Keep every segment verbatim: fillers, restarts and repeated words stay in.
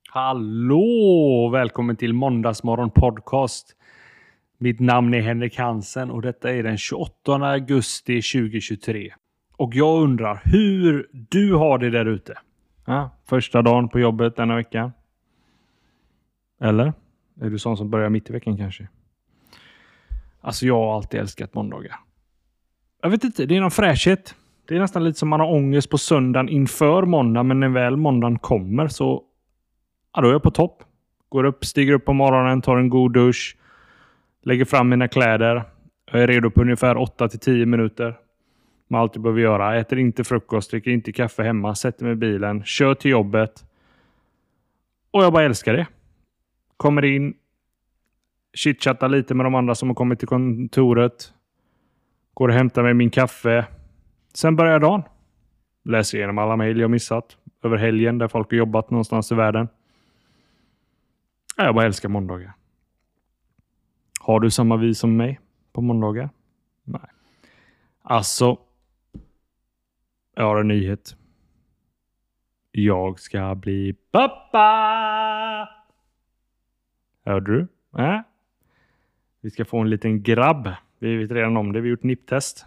Hallå! Välkommen till Måndagsmorgon podcast. Mitt namn är Henrik Hansen och detta är den tjugoåttonde augusti tjugohundratjugotre. Och jag undrar hur du har det där ute. Ja, första dagen på jobbet denna veckan. Eller? Är du sån som börjar mitt i veckan kanske? Alltså jag har alltid älskat måndagar. Jag vet inte, det är någon fräschhet. Det är nästan lite som man har ångest på söndagen inför måndag. Men när väl måndagen kommer så ja, då är jag på topp. Går upp, stiger upp på morgonen, tar en god dusch. Lägger fram mina kläder. Jag är redo på ungefär åtta till tio minuter. Med allt jag behöver göra. Äter inte frukost, dricker inte kaffe hemma. Sätter mig i bilen, kör till jobbet. Och jag bara älskar det. Kommer in. Chitchattar lite med de andra som har kommit till kontoret. Går och hämtar mig min kaffe. Sen börjar dagen. Läser igenom alla mejl jag missat. Över helgen där folk har jobbat någonstans i världen. Jag bara älskar måndagar. Har du samma vis som mig på måndagar? Nej. Alltså. Jag har en nyhet. Jag ska bli pappa! Hörde du? Äh? Vi ska få en liten grabb. Vi vet redan om det. Vi har gjort nipptest.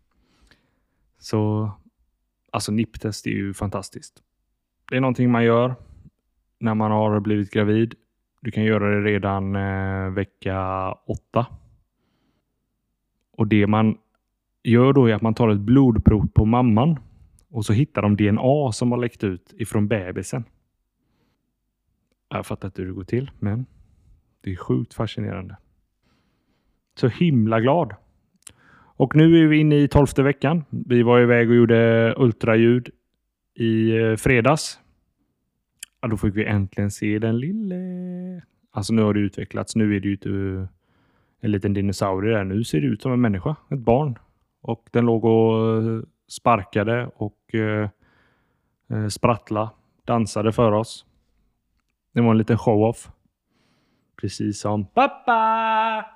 Så. Alltså nipptest är ju fantastiskt. Det är någonting man gör. När man har blivit gravid. Du kan göra det redan eh, vecka åtta. Och det man gör då är att man tar ett blodprov på mamman. Och så hittar de D N A som har läckt ut ifrån bebisen. Jag fattar inte hur det går till. Men det är sjukt fascinerande. Så himla glad. Och nu är vi inne i tolfte veckan. Vi var iväg och gjorde ultraljud i eh, fredags. Ja, då fick vi äntligen se den lille. Alltså nu har det utvecklats. Nu är det ju inte en liten dinosaurie där. Nu ser det ut som en människa. Ett barn. Och den låg och sparkade och eh, sprattla. Dansade för oss. Det var en liten show-off. Precis som pappa!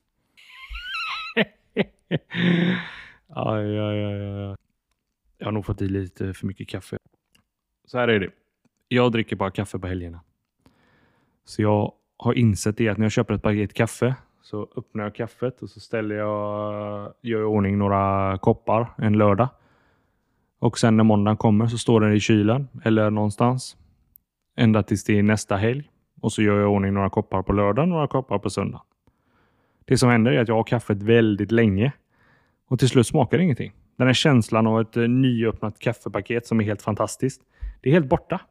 aj, aj, aj, aj. Jag har nog fått i lite för mycket kaffe. Så här är det. Jag dricker bara kaffe på helgerna. Så jag har insett det att när jag köper ett paket kaffe så öppnar jag kaffet och så ställer jag, gör jag ordning några koppar en lördag. Och sen när måndagen kommer så står den i kylen eller någonstans. Ända tills det är nästa helg. Och så gör jag ordning några koppar på lördag och några koppar på söndag. Det som händer är att jag har kaffet väldigt länge. Och till slut smakar det ingenting. Den här känslan av ett nyöppnat kaffepaket som är helt fantastiskt. Det är helt borta.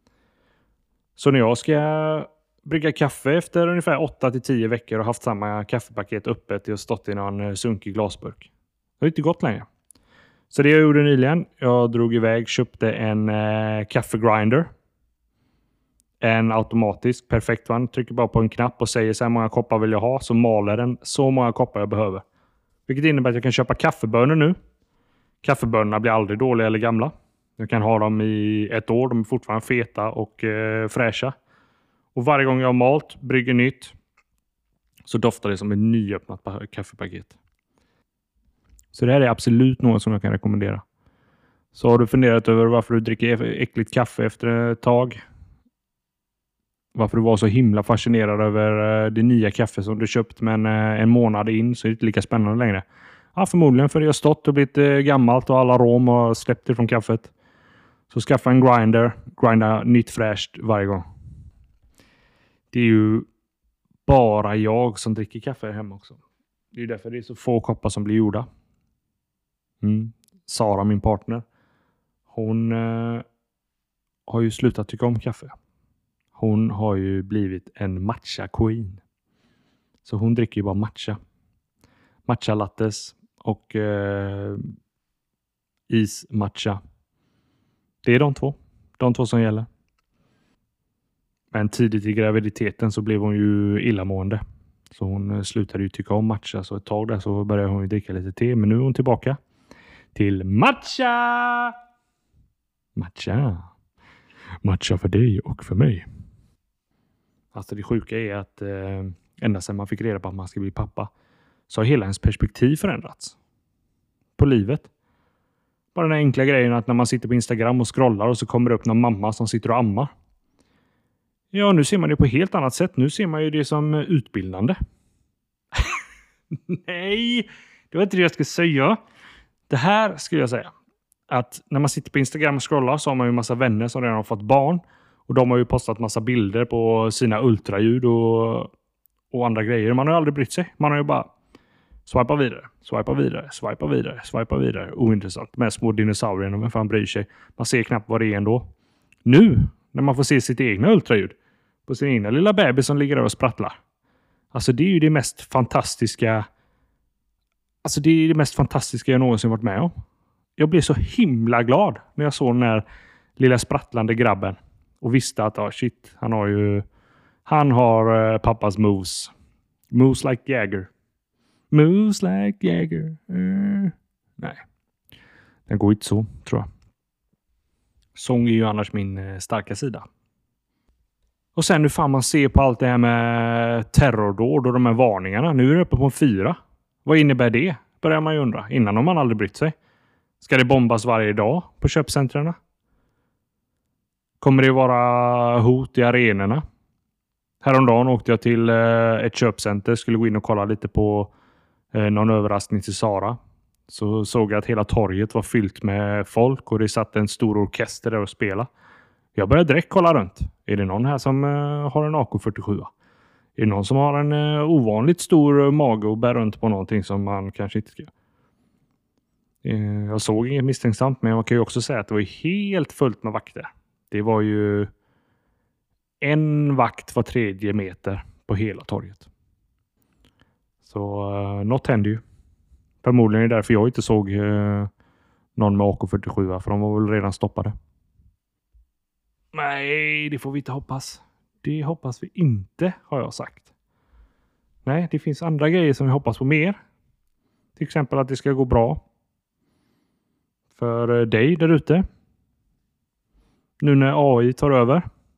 Så när jag ska brygga kaffe efter ungefär åtta till tio veckor och haft samma kaffepaket öppet och stått i någon sunkig glasburk. Det har inte gått längre. Så det jag gjorde nyligen. Jag drog iväg, köpte en eh, kaffegrinder. En automatisk, perfekt one. Trycker bara på en knapp och säger så här många koppar vill jag ha. Så maler den så många koppar jag behöver. Vilket innebär att jag kan köpa kaffebönor nu. Kaffebönorna blir aldrig dåliga eller gamla. Jag kan ha dem i ett år. De är fortfarande feta och eh, fräscha. Och varje gång jag har malt, brygger nytt. Så doftar det som ett nyöppnat kaffepaket. Så det här är absolut något som jag kan rekommendera. Så har du funderat över varför du dricker äckligt kaffe efter ett tag. Varför du var så himla fascinerad över det nya kaffe som du köpt. Men en månad in så är det inte lika spännande längre. Ja, förmodligen för det har stått och blivit gammalt och alla rom och släppt det från kaffet. Så skaffa en grinder. Grinda nytt fräscht varje gång. Det är ju bara jag som dricker kaffe hemma också. Det är ju därför det är så få koppar som blir gjorda. Mm. Sara, min partner. Hon eh, har ju slutat tycka om kaffe. Hon har ju blivit en matcha queen. Så hon dricker ju bara matcha. Matcha lattes och eh, is matcha. Det är de två. De två som gäller. Men tidigt i graviditeten så blev hon ju illamående. Så hon slutade ju tycka om matcha. Så ett tag där så började hon ju dricka lite te. Men nu är hon tillbaka till matcha! Matcha. Matcha för dig och för mig. Alltså det sjuka är att eh, ända sedan man fick reda på att man ska bli pappa så har hela ens perspektiv förändrats. På livet. Bara den enkla grejen att när man sitter på Instagram och scrollar och så kommer det upp någon mamma som sitter och ammar. Ja, nu ser man det på ett helt annat sätt. Nu ser man ju det som utbildande. Nej, det var inte det jag skulle säga. Det här skulle jag säga. Att när man sitter på Instagram och scrollar så har man ju massa vänner som redan har fått barn. Och de har ju postat massa bilder på sina ultraljud och, och andra grejer. Man har ju aldrig brytt sig. Man har ju bara swipa vidare, swipa vidare, swipa vidare, swipa vidare. Ointressant. Med små dinosaurierna, men fan bryr sig. Man ser knappt vad det är ändå. Nu, när man får se sitt egna ultraljud på sin egna lilla bebis som ligger där och sprattlar. Alltså det är ju det mest fantastiska. Alltså det är det mest fantastiska jag någonsin varit med om. Jag blev så himla glad när jag såg den här lilla sprattlande grabben. Och visste att, ah, shit, han har ju... Han har uh, pappas moves. Moves like Jagger. Moves like Jagger. Uh, nej. Den går inte så, tror jag. Sång är ju annars min uh, starka sida. Och sen hur fan man ser på allt det här med terrordåd och de här varningarna. Nu är det uppe på en fyra. Vad innebär det? Börjar man ju undra. Innan har man aldrig brytt sig. Ska det bombas varje dag på köpcentrarna? Kommer det vara hot i arenorna? Häromdagen åkte jag till eh, ett köpcenter. Skulle gå in och kolla lite på eh, någon överraskning till Sara. Så såg jag att hela torget var fyllt med folk. Och det satt en stor orkester där och spela. Jag började direkt kolla runt. Är det någon här som eh, har en A K fyrtiosju? Är det någon som har en eh, ovanligt stor mage och bär runt på någonting som man kanske inte ska? Eh, jag såg inget misstänksamt, men man kan ju också säga att det var helt fullt med vakter. Det var ju en vakt var tredje meter på hela torget. Så eh, något hände ju. Förmodligen är det därför jag inte såg eh, någon med A K fyrtiosju, för de var väl redan stoppade. Nej, det får vi inte hoppas. Det hoppas vi inte, har jag sagt. Nej, det finns andra grejer som vi hoppas på mer. Till exempel att det ska gå bra för dig där ute. Nu när A I tar över.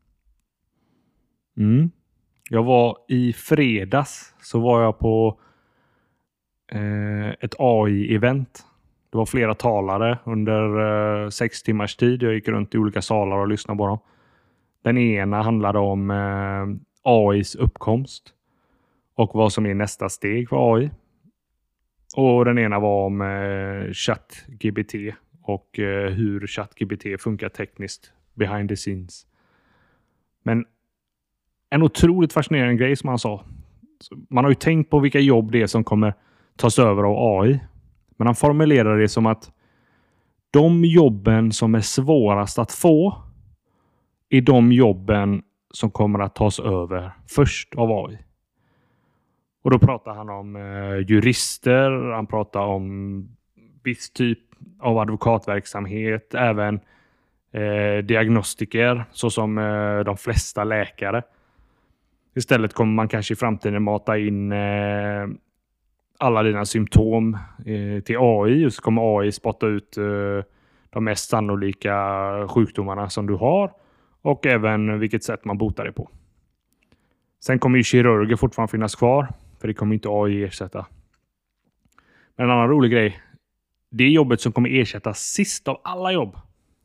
Mm. Jag var i fredags så var jag på eh, ett A I-event. Det var flera talare under eh, sex timmars tid. Jag gick runt i olika salar och lyssnade på dem. Den ena handlade om eh, A Is uppkomst och vad som är nästa steg för A I. Och den ena var om eh, ChatGPT och eh, hur ChatGPT funkar tekniskt behind the scenes. Men en otroligt fascinerande grej som han sa. Man har ju tänkt på vilka jobb det är som kommer tas över av A I. Men han formulerar det som att de jobben som är svårast att få är de jobben som kommer att tas över först av A I. Och då pratar han om eh, jurister, han pratar om viss typ av advokatverksamhet, även eh, diagnostiker, såsom eh, de flesta läkare. Istället kommer man kanske i framtiden mata in eh, alla dina symptom eh, till A I, och så kommer A I spotta ut eh, de mest sannolika sjukdomarna som du har och även vilket sätt man botar det på. Sen kommer ju kirurger fortfarande finnas kvar, för det kommer inte A I ersätta. Men en annan rolig grej, det jobbet som kommer ersätta sist av alla jobb,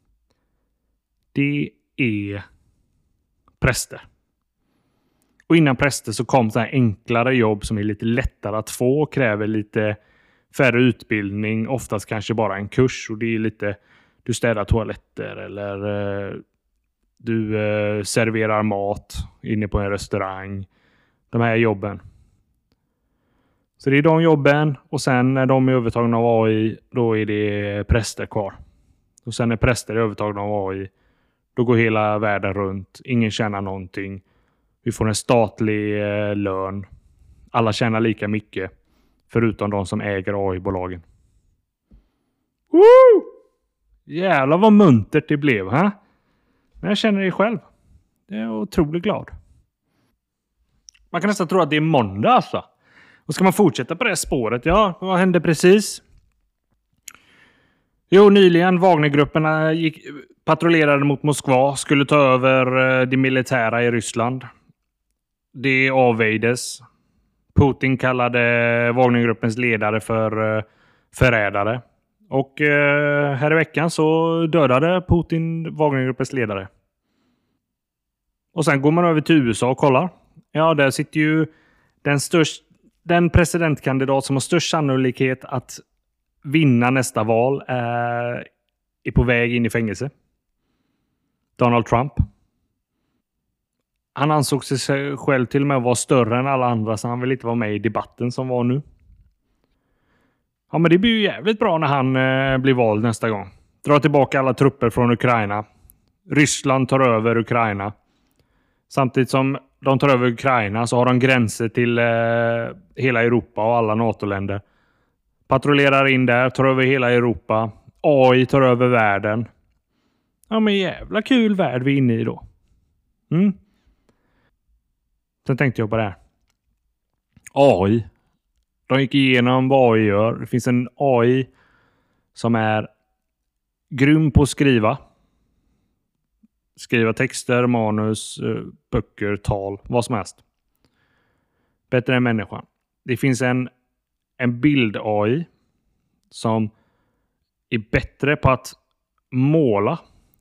det är präster. Och innan präster så kom så här enklare jobb som är lite lättare att få och kräver lite färre utbildning, oftast kanske bara en kurs, och det är lite, du städar toaletter eller eh, du eh, serverar mat inne på en restaurang. De här jobben. Så det är de jobben, och sen när de är övertagna av A I, då är det präster kvar. Och sen när präster är övertagna av A I, då går hela världen runt. Ingen tjänar någonting. Vi får en statlig eh, lön. Alla tjänar lika mycket, förutom de som äger A I-bolagen. Woo! Jävlar vad muntert det blev, ha? Men jag känner det själv. Jag är otroligt glad. Man kan nästan tro att det är måndag alltså. Och ska man fortsätta på det spåret? Ja, vad hände precis? Jo, nyligen Wagnergrupperna gick, patrullerade mot Moskva. Skulle ta över det militära i Ryssland. Det avväjdes. Putin kallade Wagnergruppens ledare för förrädare. Och eh, här i veckan så dödade Putin Wagnergruppens ledare. Och sen går man över till U S A och kollar. Ja, där sitter ju den, störst, den presidentkandidat som har störst sannolikhet att vinna nästa val är, är på väg in i fängelse. Donald Trump. Han ansåg sig själv till och med vara större än alla andra, så han vill inte vara med i debatten som var nu. Ja, men det blir ju jävligt bra när han eh, blir vald nästa gång. Dra tillbaka alla trupper från Ukraina. Ryssland tar över Ukraina. Samtidigt som de tar över Ukraina så har de gränser till eh, hela Europa och alla NATO-länder. Patrullerar in där, tar över hela Europa. A I tar över världen. Ja, men jävla kul värld vi är inne i då. Mm. Sen tänkte jag på det här. A I. De gick igenom vad A I gör. Det finns en A I som är grym på att skriva. Skriva texter, manus, böcker, tal, vad som helst. Bättre än människan. Det finns en, en bild-A I som är bättre på att måla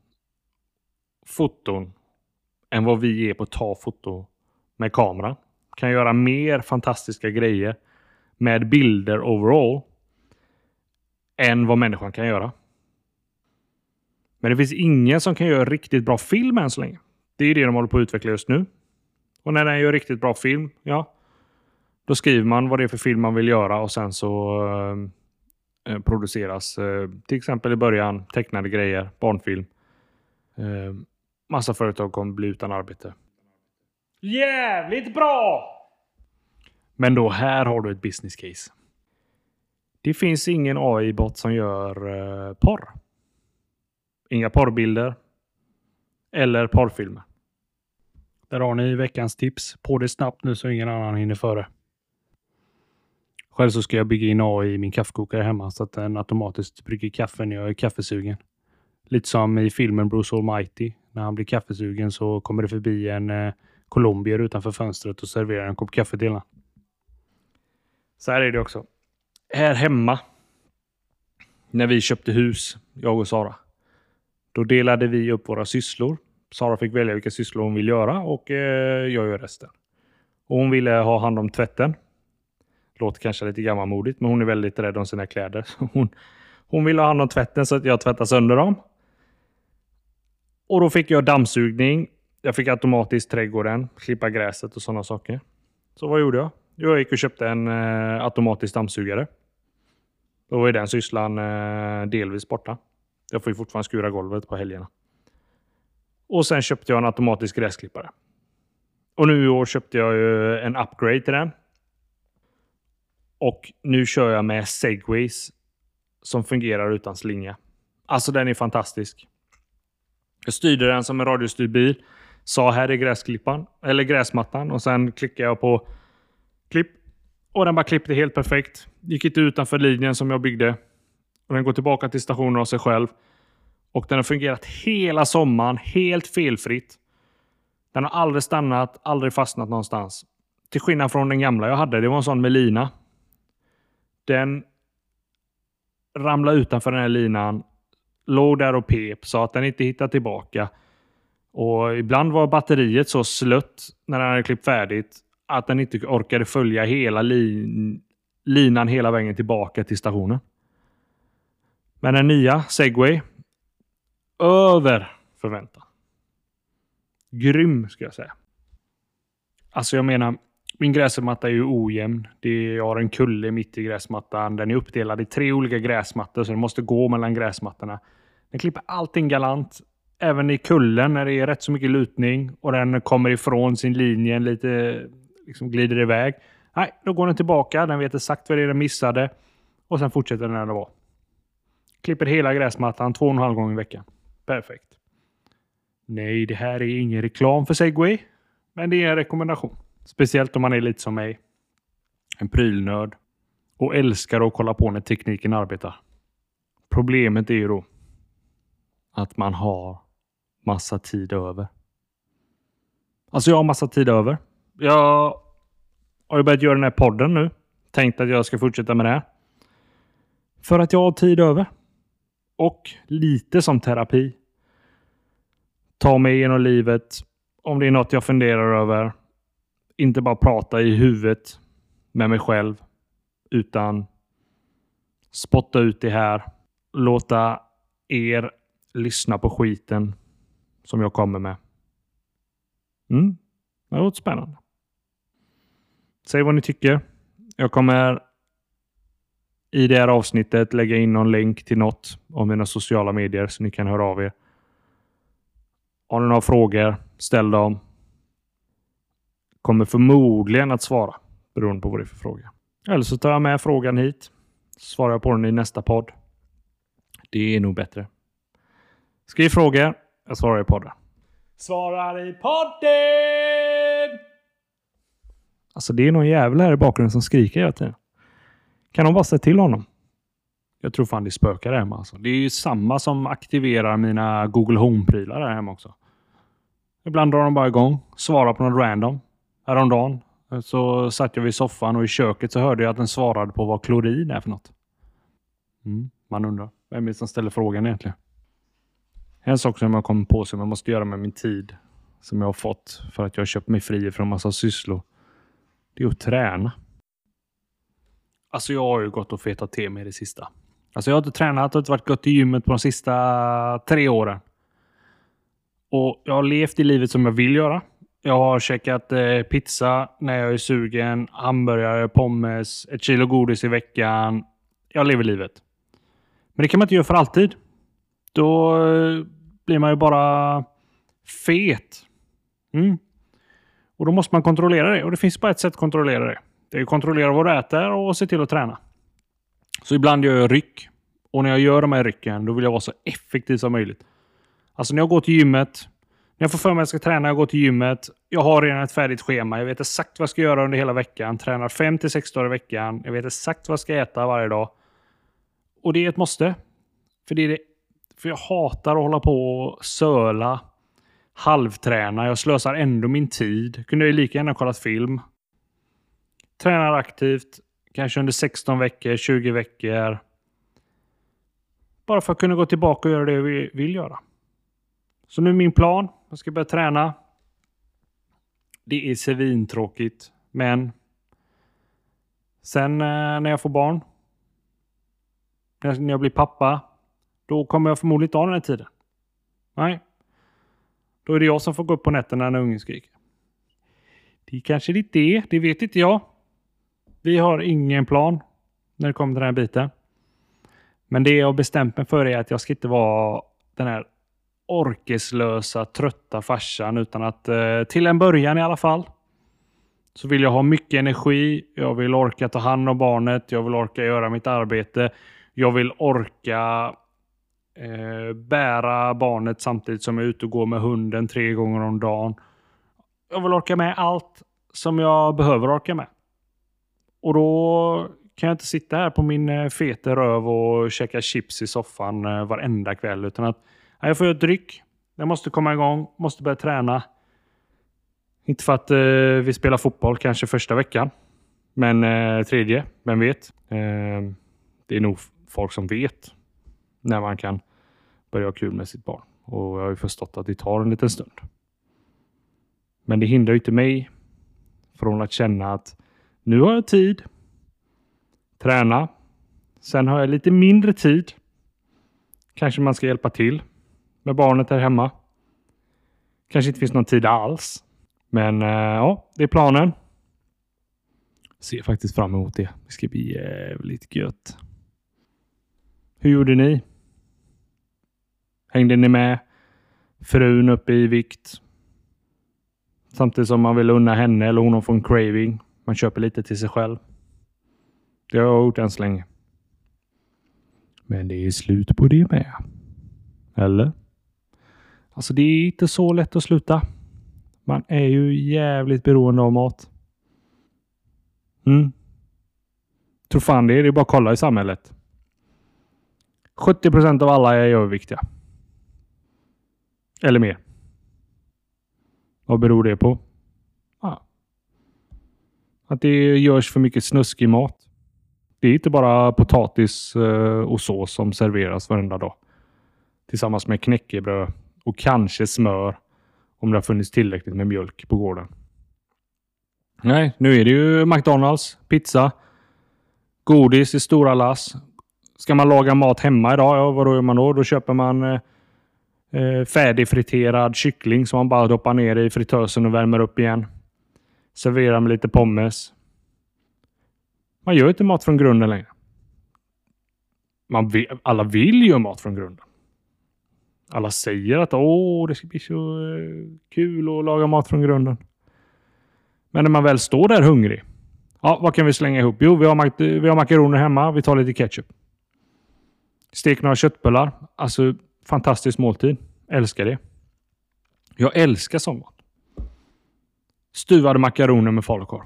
foton än vad vi är på att ta foto med kameran. Kan göra mer fantastiska grejer med bilder overall än vad människan kan göra. Men det finns ingen som kan göra riktigt bra film än så länge. Det är det de håller på att utveckla just nu. Och när den gör riktigt bra film, ja, då skriver man vad det är för film man vill göra och sen så eh, produceras eh, till exempel i början tecknade grejer, barnfilm. Eh, massa företag kommer bli utan arbete. Jävligt bra! Men då här har du ett business case. Det finns ingen A I-bot som gör eh, porr. Inga porrbilder. Eller porrfilmer. Där har ni veckans tips. På det snabbt nu så ingen annan hinner före. Själv så ska jag bygga in A I i min kaffekokare hemma så att den automatiskt brygger kaffe när jag är kaffesugen. Lite som i filmen Bruce Almighty. När han blir kaffesugen så kommer det förbi en eh, colombier utanför fönstret och serverar en kopp kaffe till honom. Så här är det också. Här hemma. När vi köpte hus, jag och Sara. Då delade vi upp våra sysslor. Sara fick välja vilka sysslor hon vill göra och eh, jag gör resten. Och hon ville ha hand om tvätten. Låter kanske lite gammalmodigt, men hon är väldigt rädd om sina kläder. Hon, hon ville ha hand om tvätten så att jag tvättar sönder dem. Och då fick jag dammsugning. Jag fick automatiskt trädgården, klippa gräset och sådana saker. Så vad gjorde jag? Jag gick och köpte en eh, automatisk dammsugare. Då är den sysslan eh, delvis borta. Jag får ju fortfarande skura golvet på helgerna. Och sen köpte jag en automatisk gräsklippare. Och nu i år köpte jag ju en upgrade till den. Och nu kör jag med Segways som fungerar utan slinga. Alltså den är fantastisk. Jag styrde den som en radiostyrd bil. Sa här är gräsklippan, eller gräsmattan. Och sen klickade jag på klipp. Och den bara klippte helt perfekt. Gick inte utanför linjen som jag byggde. Och den går tillbaka till stationen av sig själv. Och den har fungerat hela sommaren helt felfritt. Den har aldrig stannat, aldrig fastnat någonstans. Till skillnad från den gamla jag hade. Det var en sån med lina. Den ramlade utanför den här linan. Låg där och pep så att den inte hittade tillbaka. Och ibland var batteriet så slött när den hade klippt färdigt att den inte orkade följa hela lin- linan hela vägen tillbaka till stationen. Men den nya Segway över förväntan. Grym ska jag säga. Alltså jag menar, min gräsmatta är ju ojämn. Det är, jag har en kulle mitt i gräsmattan. Den är uppdelad i tre olika gräsmattor så den måste gå mellan gräsmattorna. Den klipper allting galant. Även i kullen när det är rätt så mycket lutning och den kommer ifrån sin linje lite liksom glider iväg. Nej, då går den tillbaka. Den vet exakt vad det är den missade. Och sen fortsätter den när det var. Klipper hela gräsmattan två och en halv gånger i veckan. Perfekt. Nej, det här är ingen reklam för Segway. Men det är en rekommendation. Speciellt om man är lite som mig. En prylnörd. Och älskar att kolla på när tekniken arbetar. Problemet är ju då att man har massa tid över. Alltså jag har massa tid över. Jag har ju börjat göra den här podden nu. Tänkt att jag ska fortsätta med det här. För att jag har tid över. Och lite som terapi. Ta mig igenom livet. Om det är något jag funderar över. Inte bara prata i huvudet med mig själv. Utan spotta ut det här. Låta er lyssna på skiten som jag kommer med. Mm, det har varit spännande. Säg vad ni tycker. Jag kommer i det här avsnittet lägga in någon länk till något om mina sociala medier så ni kan höra av er. Har ni några frågor, ställ dem. Kommer förmodligen att svara beroende på vad det är för fråga. Eller så tar jag med frågan hit. Svarar jag på den i nästa podd. Det är nog bättre. Skriv frågor. Jag svarar i podden. Svarar i podden! Alltså det är någon jävla här i bakgrunden som skriker hela tiden. Kan de bara säga till honom? Jag tror fan det spökar hemma. Alltså. Det är ju samma som aktiverar mina Google Home-prylar där hemma också. Ibland drar de bara igång. Svarar på något random. Häromdagen så satt jag vid soffan och i köket så hörde jag att den svarade på vad klorin är för något. Mm, man undrar. Vem är det som ställer frågan egentligen? En sak som jag kommer på som jag måste göra med min tid som jag har fått för att jag har köpt mig fri från massa sysslor. Det är att träna. Alltså jag har ju gått och fetat till mig det sista. Alltså jag har inte tränat och inte varit gått i gymmet på de sista tre åren. Och jag har levt i livet som jag vill göra. Jag har käkat eh, pizza när jag är sugen, hamburgare, pommes, ett kilo godis i veckan. Jag lever livet. Men det kan man inte göra för alltid. Då eh, blir man ju bara fet. Mm. Och då måste man kontrollera det. Och det finns bara ett sätt att kontrollera det. Det är att kontrollera vad du äter och se till att träna. Så ibland gör jag ryck. Och när jag gör de här rycken då vill jag vara så effektiv som möjligt. Alltså när jag går till gymmet. När jag får för mig att jag ska träna, jag går till gymmet. Jag har redan ett färdigt schema. Jag vet exakt vad jag ska göra under hela veckan. Tränar fem till sex dagar i veckan. Jag vet exakt vad jag ska äta varje dag. Och det är ett måste. För, det är det. För jag hatar att hålla på och söla. Halvträna. Jag slösar ändå min tid. Kunde jag lika gärna kollat film. Tränar aktivt. Kanske under sexton veckor, tjugo veckor. Bara för att kunna gå tillbaka och göra det jag vill göra. Så nu är min plan. Jag ska börja träna. Det är svintråkigt. Men sen när jag får barn. När jag blir pappa. Då kommer jag förmodligen inte ha den här tiden. Nej. Då är det jag som får gå upp på nätterna när ungen skriker. Det är kanske inte det. Det vet inte jag. Vi har ingen plan när det kommer till den här biten. Men det jag har bestämt mig för är att jag ska inte vara den här orkeslösa, trötta farsan. Utan att eh, till en början i alla fall. Så vill jag ha mycket energi. Jag vill orka ta hand om barnet. Jag vill orka göra mitt arbete. Jag vill orka eh, bära barnet samtidigt som jag är ute och går med hunden tre gånger om dagen. Jag vill orka med allt som jag behöver orka med. Och då kan jag inte sitta här på min feta röv och käka chips i soffan varenda kväll. Utan att jag får ett dryck. Jag måste komma igång. Måste börja träna. Inte för att eh, vi spelar fotboll kanske första veckan. Men eh, tredje, vem vet. Eh, det är nog folk som vet när man kan börja ha kul med sitt barn. Och jag har ju förstått att det tar en liten stund. Men det hindrar ju inte mig från att känna att nu har jag tid. Träna. Sen har jag lite mindre tid. Kanske man ska hjälpa till med barnet här hemma. Kanske inte finns någon tid alls. Men äh, ja, det är planen. Ser faktiskt fram emot det. Det ska bli jävligt gött. Hur gjorde ni? Hängde ni med frun uppe i vikt? Samtidigt som man vill unna henne eller hon får en craving. Man köper lite till sig själv. Det har jag gjort än så länge. Men det är slut på det med. Eller? Alltså det är inte så lätt att sluta. Man är ju jävligt beroende av mat. Mm. Tror fan det är. Det är bara att kolla i samhället. sjuttio procent av alla är överviktiga. Eller mer. Vad beror det på? Ja. Att det görs för mycket snuskig mat. Det är inte bara potatis och sås som serveras varenda dag. Tillsammans med knäckebröd och kanske smör Om det har funnits tillräckligt med mjölk på gården. Nej, nu är det ju McDonalds, pizza, godis i stora lass. Ska man laga mat hemma idag? Ja, vad gör man då? Då köper man eh, färdigfriterad kyckling som man bara doppar ner i fritösen och värmer upp igen. Serverar med lite pommes. Man gör inte mat från grunden längre. Man vill, alla vill göra mat från grunden. Alla säger att åh, det ska bli så eh, kul att laga mat från grunden. Men när man väl står där hungrig. Ja, vad kan vi slänga ihop? Jo, vi har, mak- vi har makaroner hemma. Vi tar lite ketchup. Stek några köttbullar. Alltså, fantastisk måltid. Älskar det. Jag älskar sån mat. Stuvade makaroner med falukorv.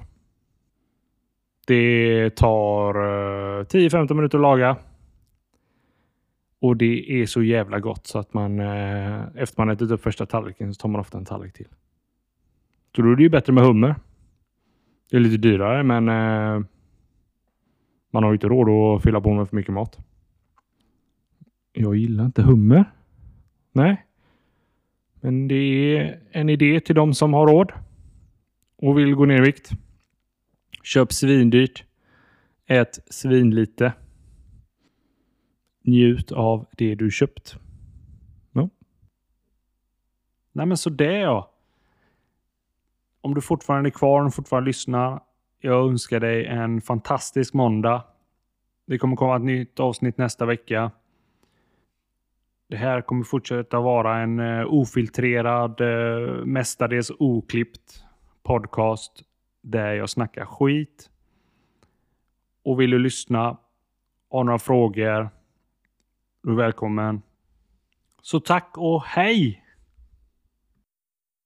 Det tar uh, tio till femton minuter att laga. Och det är så jävla gott så att man uh, efter man ätit upp första tallriken så tar man ofta en tallrik till. Så då är det ju bättre med hummer. Det är lite dyrare men uh, man har ju inte råd att fylla på med för mycket mat. Jag gillar inte hummer. Nej. Men det är en idé till de som har råd och vill gå ner i vikt. Köp svindyrt. Ät svinlite. Njut av det du köpt. Ja. Nej men så det ja. Om du fortfarande är kvar och fortfarande lyssnar. Jag önskar dig en fantastisk måndag. Det kommer komma ett nytt avsnitt nästa vecka. Det här kommer fortsätta vara en uh, ofiltrerad, uh, mestadels oklippt podcast där jag snackar skit. Och vill du lyssna, ha några frågor, du är välkommen. Så tack och hej!